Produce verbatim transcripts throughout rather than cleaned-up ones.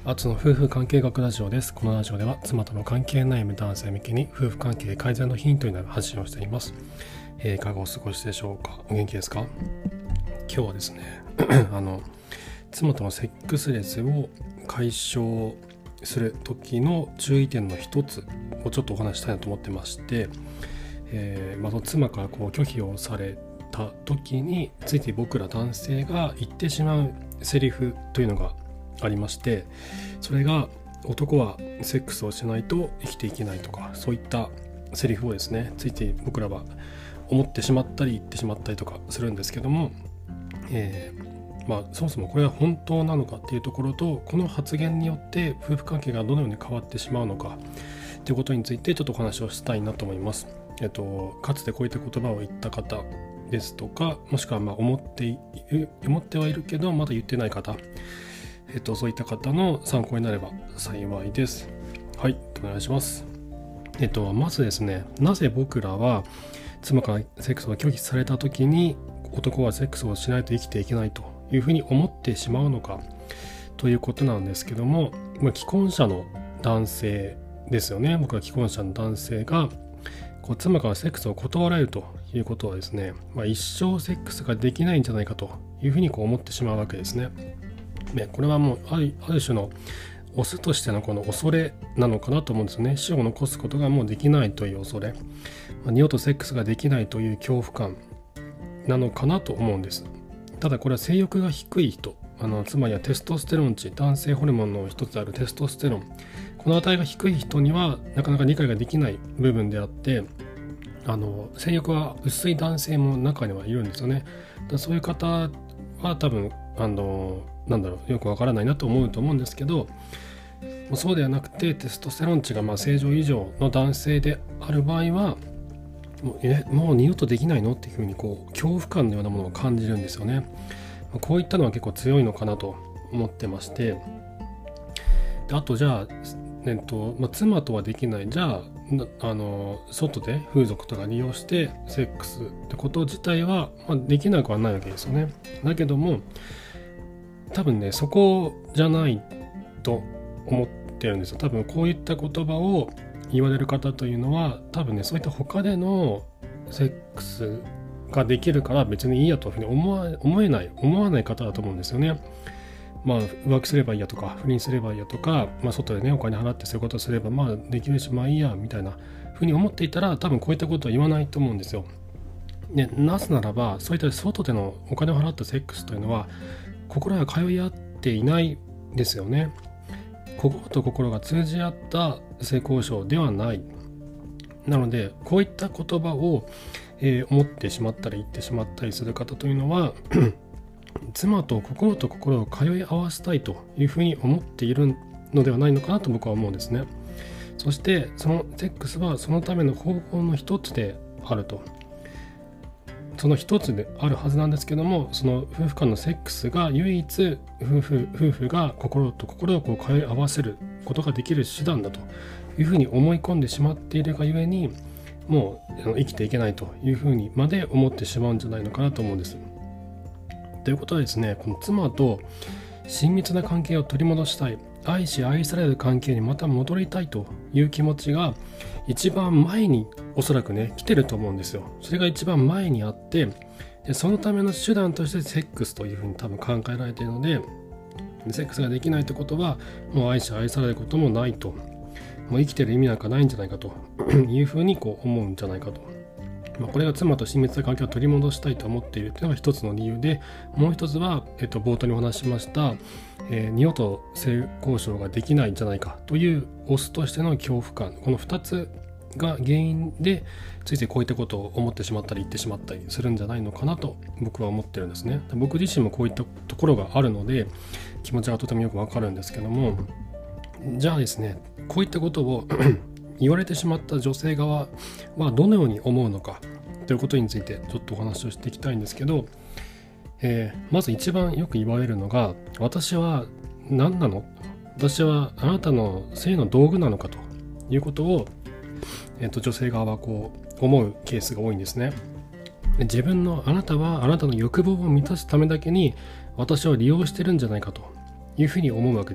アツの夫婦関係学ラジオです。このラジオでは妻との関係悩む男性向けに夫婦関係改善のヒントになる発信をしています。えー、いかがお過ごしでしょうか。お元気ですか。今日はですねあの妻とのセックスレスを解消する時の注意点の一つをちょっとお話したいなと思ってまして、えーまあ、妻からこう拒否をされた時について僕ら男性が言ってしまうセリフというのがありまして、それが男はセックスをしないと生きていけないとか、そういったセリフをですねついて僕らは思ってしまったり言ってしまったりとかするんですけども、えーまあ、そもそもこれは本当なのかっていうところと、この発言によって夫婦関係がどのように変わってしまうのかということについてちょっとお話をしたいなと思います。えっと、かつてこういった言葉を言った方ですとか、もしくはまあ思っている思ってはいるけどまだ言ってない方、えっと、そういった方の参考になれば幸いです。はい、お願いします。えっと、まずですね、なぜ僕らは妻からセックスを拒否された時に男はセックスをしないと生きていけないというふうに思ってしまうのかということなんですけども、まあ、既婚者の男性ですよね。僕は既婚者の男性がこう妻からセックスを断られるということはですね、まあ、一生セックスができないんじゃないかというふうにこう思ってしまうわけですね。ね、これはもうある、ある種のオスとしてのこの恐れなのかなと思うんですよね。死を残すことがもうできないという恐れ、まあ、二度とセックスができないという恐怖感なのかなと思うんです。ただこれは性欲が低い人、あのつまりはテストステロン値、男性ホルモンの一つであるテストステロン、この値が低い人にはなかなか理解ができない部分であって、あの性欲は薄い男性も中にはいるんですよね。だそういう方は多分あのなんだろうよくわからないなと思うと思うんですけど、そうではなくてテストステロン値がまあ正常以上の男性である場合はもうえもう二度とできないのっていうふうにこう恐怖感のようなものを感じるんですよね。こういったのは結構強いのかなと思ってまして、あとじゃあ、えっとまあ、妻とはできない、じゃああの外で風俗とか利用してセックスってこと自体は、まあ、できなくはないわけですよね。だけども多分ねそこじゃないと思ってるんですよ。多分こういった言葉を言われる方というのは多分ねそういった他でのセックスができるから別にいいやというふうに思わ、思えない思わない方だと思うんですよね。まあ浮気すればいいやとか不倫すればいいやとか、まあ、外でねお金払ってそういうことをすればまあできるしまあいいやみたいなふうに思っていたら多分こういったことは言わないと思うんですよ。でなぜならばそういった外でのお金を払ったセックスというのは心が通い合っていないですよね。心と心が通じ合った性交渉ではない。なのでこういった言葉を、えー、思ってしまったり言ってしまったりする方というのは妻と心と心を通い合わせたいというふうに思っているのではないのかなと僕は思うんですね。そしてそのセックスはそのための方法の一つであると、その一つであるはずなんですけども、その夫婦間のセックスが唯一夫婦夫婦が心と心をこう通い合わせることができる手段だというふうに思い込んでしまっているがゆえに、もう生きていけないというふうにまで思ってしまうんじゃないのかなと思うんです。ということはですね、この妻と親密な関係を取り戻したい、愛し愛される関係にまた戻りたいという気持ちが一番前におそらくね来てると思うんですよ。それが一番前にあって、でそのための手段としてセックスというふうに多分考えられているので、セックスができないってことはもう愛し愛されることもないと、もう生きてる意味なんかないんじゃないかというふうにこう思うんじゃないかと。まあ、これが妻と親密な関係を取り戻したいと思っているというのが一つの理由で、もう一つは、えっと、冒頭にお話ししました、えー、二度と性交渉ができないんじゃないかというオスとしての恐怖感、このふたつが原因でついついこういったことを思ってしまったり言ってしまったりするんじゃないのかなと僕は思ってるんですね。僕自身もこういったところがあるので気持ちがとてもよくわかるんですけども、じゃあですね、こういったことを言われてしまった女性側はどのように思うのかということについてちょっとお話をしていきたいんですけど、えー、まず一番よく言われるのが、私は何なの？私はあなたの性の道具なのかということを、えー、と女性側はこう思うケースが多いんですね。自分のあなたはあなたの欲望を満たすためだけに私を利用してるんじゃないかというふうに思うわけです。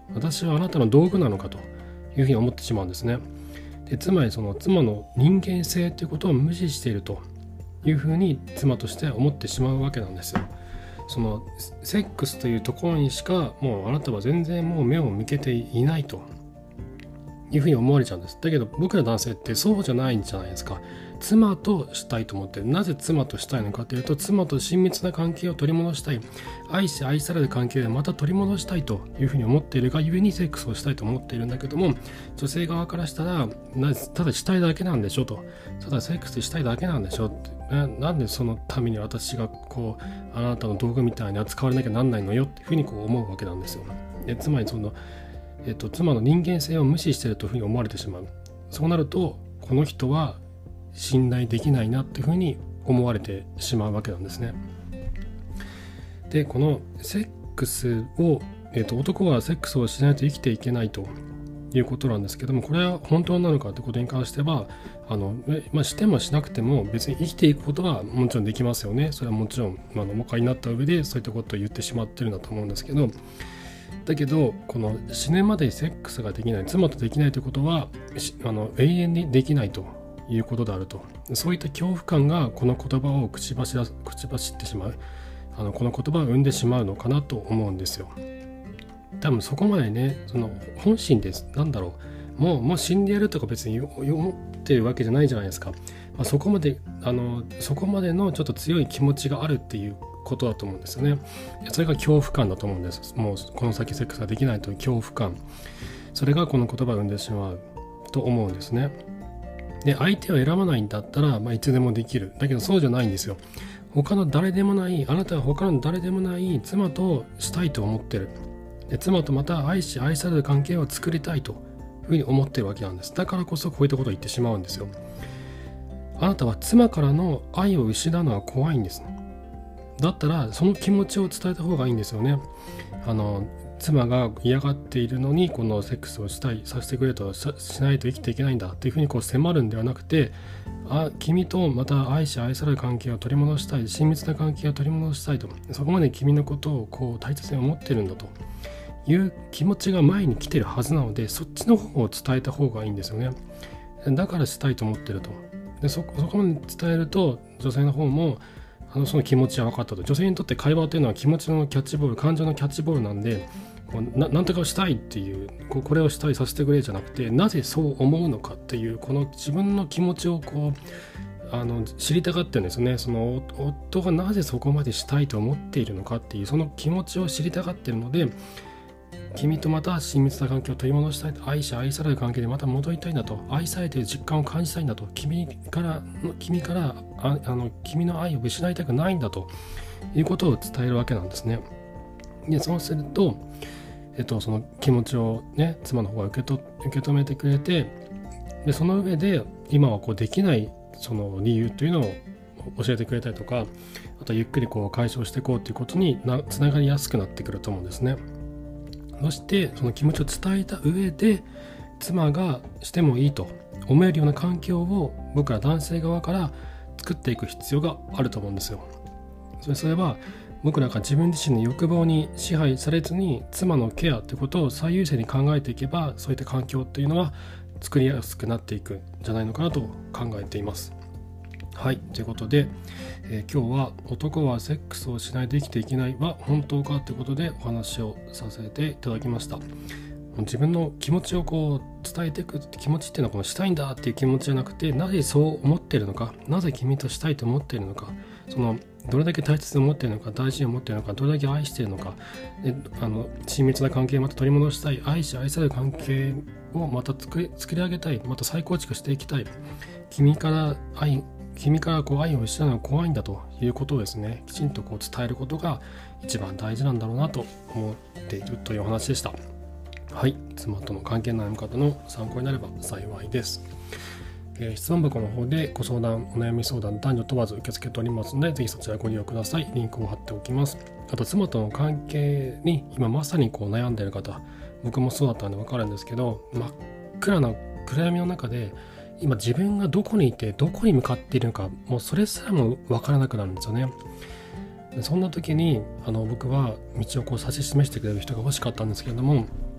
私はあなたの道具なのかというふうに思ってしまうんですね。でつまりその妻の人間性ということを無視しているというふうに妻として思ってしまうわけなんですよ。そのセックスというところにしかもうあなたは全然もう目を向けていないというふうに思われちゃうんです。だけど僕ら男性ってそうじゃないんじゃないですか。妻としたいと思ってる。なぜ妻としたいのかというと、妻と親密な関係を取り戻したい、愛し愛される関係をまた取り戻したいというふうに思っているがゆえにセックスをしたいと思っているんだけども、女性側からしたらなただしたいだけなんでしょと、ただセックスしたいだけなんでしょって、な, なんでそのために私がこうあなたの道具みたいに扱われなきゃなんないのよっていうふうにこう思うわけなんですよ。でつまりそのえっと、妻の人間性を無視しているというふうに思われてしまう。そうなるとこの人は信頼できないなというふうに思われてしまうわけなんですね。でこのセックスを、えっと、男はセックスをしないと生きていけないということなんですけども、これは本当なのかということに関してはあの、まあ、してもしなくても別に生きていくことはもちろんできますよね。それはもちろん、まあ、お分かりになった上でそういったことを言ってしまってるんだと思うんですけど、だけどこの死ぬまでセックスができない、妻とできないということはあの永遠にできないということであると、そういった恐怖感がこの言葉を口走ら口走ってしまう、あのこの言葉を生んでしまうのかなと思うんですよ。多分そこまでね、その本心です、なんだろう、もうもう死んでやるとか別に思ってるわけじゃないじゃないですか。まあ、そこまであのそこまでのちょっと強い気持ちがあるっていうことだと思うんですよね。それが恐怖感だと思うんです。もうこの先セックスができないという恐怖感、それがこの言葉を生んでしまうと思うんですね。で相手を選ばないんだったら、まあ、いつでもできる。だけどそうじゃないんですよ。他の誰でもない、あなたは他の誰でもない妻としたいと思ってる。で妻とまた愛し愛される関係を作りたいというふうに思ってるわけなんです。だからこそこういったことを言ってしまうんですよ。あなたは妻からの愛を失うのは怖いんです。だったらその気持ちを伝えた方がいいんですよね。あの妻が嫌がっているのにこのセックスをしたいさせてくれと し, しないと生きていけないんだっていうふうにこう迫るんではなくて、あ君とまた愛し愛される関係を取り戻したい、親密な関係を取り戻したいと、そこまで君のことをこう大切に思ってるんだという気持ちが前に来てるはずなので、そっちの方を伝えた方がいいんですよね。だからしたいと思ってると。で そ, そこまで伝えると女性の方もあのその気持ちは分かったと。女性にとって会話というのは気持ちのキャッチボール、感情のキャッチボールなんで、な, なんとかをしたいっていうこ、これをしたいさせてくれじゃなくて、なぜそう思うのかっていうこの自分の気持ちをこうあの知りたがってるんですよね。その夫がなぜそこまでしたいと思っているのかっていうその気持ちを知りたがっているので、君とまた親密な関係を取り戻したいと、愛し愛される関係でまた戻りたいんだと、愛されている実感を感じたいんだと、君から君からああの君の愛を失いたくないんだということを伝えるわけなんですね。でそうすると、えっと、その気持ちをね妻の方が受けと受け止めてくれて、でその上で今はこうできないその理由というのを教えてくれたりとか、あとゆっくりこう解消していこうということになつながりやすくなってくると思うんですね。そしてその気持ちを伝えた上で妻がしてもいいと思えるような環境を僕ら男性側から作っていく必要があると思うんですよ。それそれは僕らが自分自身の欲望に支配されずに妻のケアということを最優先に考えていけば、そういった環境というのは作りやすくなっていくんじゃないのかなと考えています。はい、ということで、えー、今日は男はセックスをしないと生きていけないは本当かということでお話をさせていただきました。自分の気持ちをこう伝えていく気持ちっていうのはこのしたいんだっていう気持ちじゃなくて、なぜそう思っているのか、なぜ君としたいと思っているのか、そのどれだけ大切に思っているのか、大事に思っているのか、どれだけ愛しているのか、であの親密な関係をまた取り戻したい、愛し愛される関係をまた作り、作り上げたい、また再構築していきたい、君から愛君からこう愛を失うのが怖いんだということをですね、きちんとこう伝えることが一番大事なんだろうなと思っているというお話でした。はい、妻との関係のある方の参考になれば幸いです。えー、質問箱の方でご相談、お悩み相談、男女問わず受け付けておりますので、ぜひそちらご利用ください。リンクを貼っておきます。あと妻との関係に今まさにこう悩んでいる方、僕もそうだったので分かるんですけど、真っ暗な暗闇の中で今自分がどこにいてどこに向かっているのか、もうそれすらも分からなくなるんですよね。でそんな時にあの僕は道をこう指し示してくれる人が欲しかったんですけれども、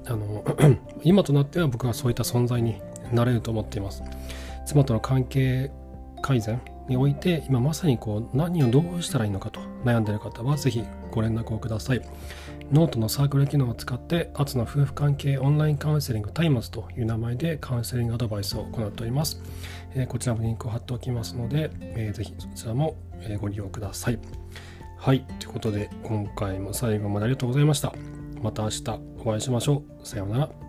あの今となっては僕はそういった存在になれると思っています。妻との関係改善において今まさにこう何をどうしたらいいのかと悩んでいる方はぜひご連絡をください。ノートのサークル機能を使ってアツの夫婦関係オンラインカウンセリングタイマツという名前でカウンセリングアドバイスを行っております。えー、こちらもリンクを貼っておきますので、えー、ぜひそちらもご利用ください。はい、ということで今回も最後までありがとうございました。また明日お会いしましょう。さようなら。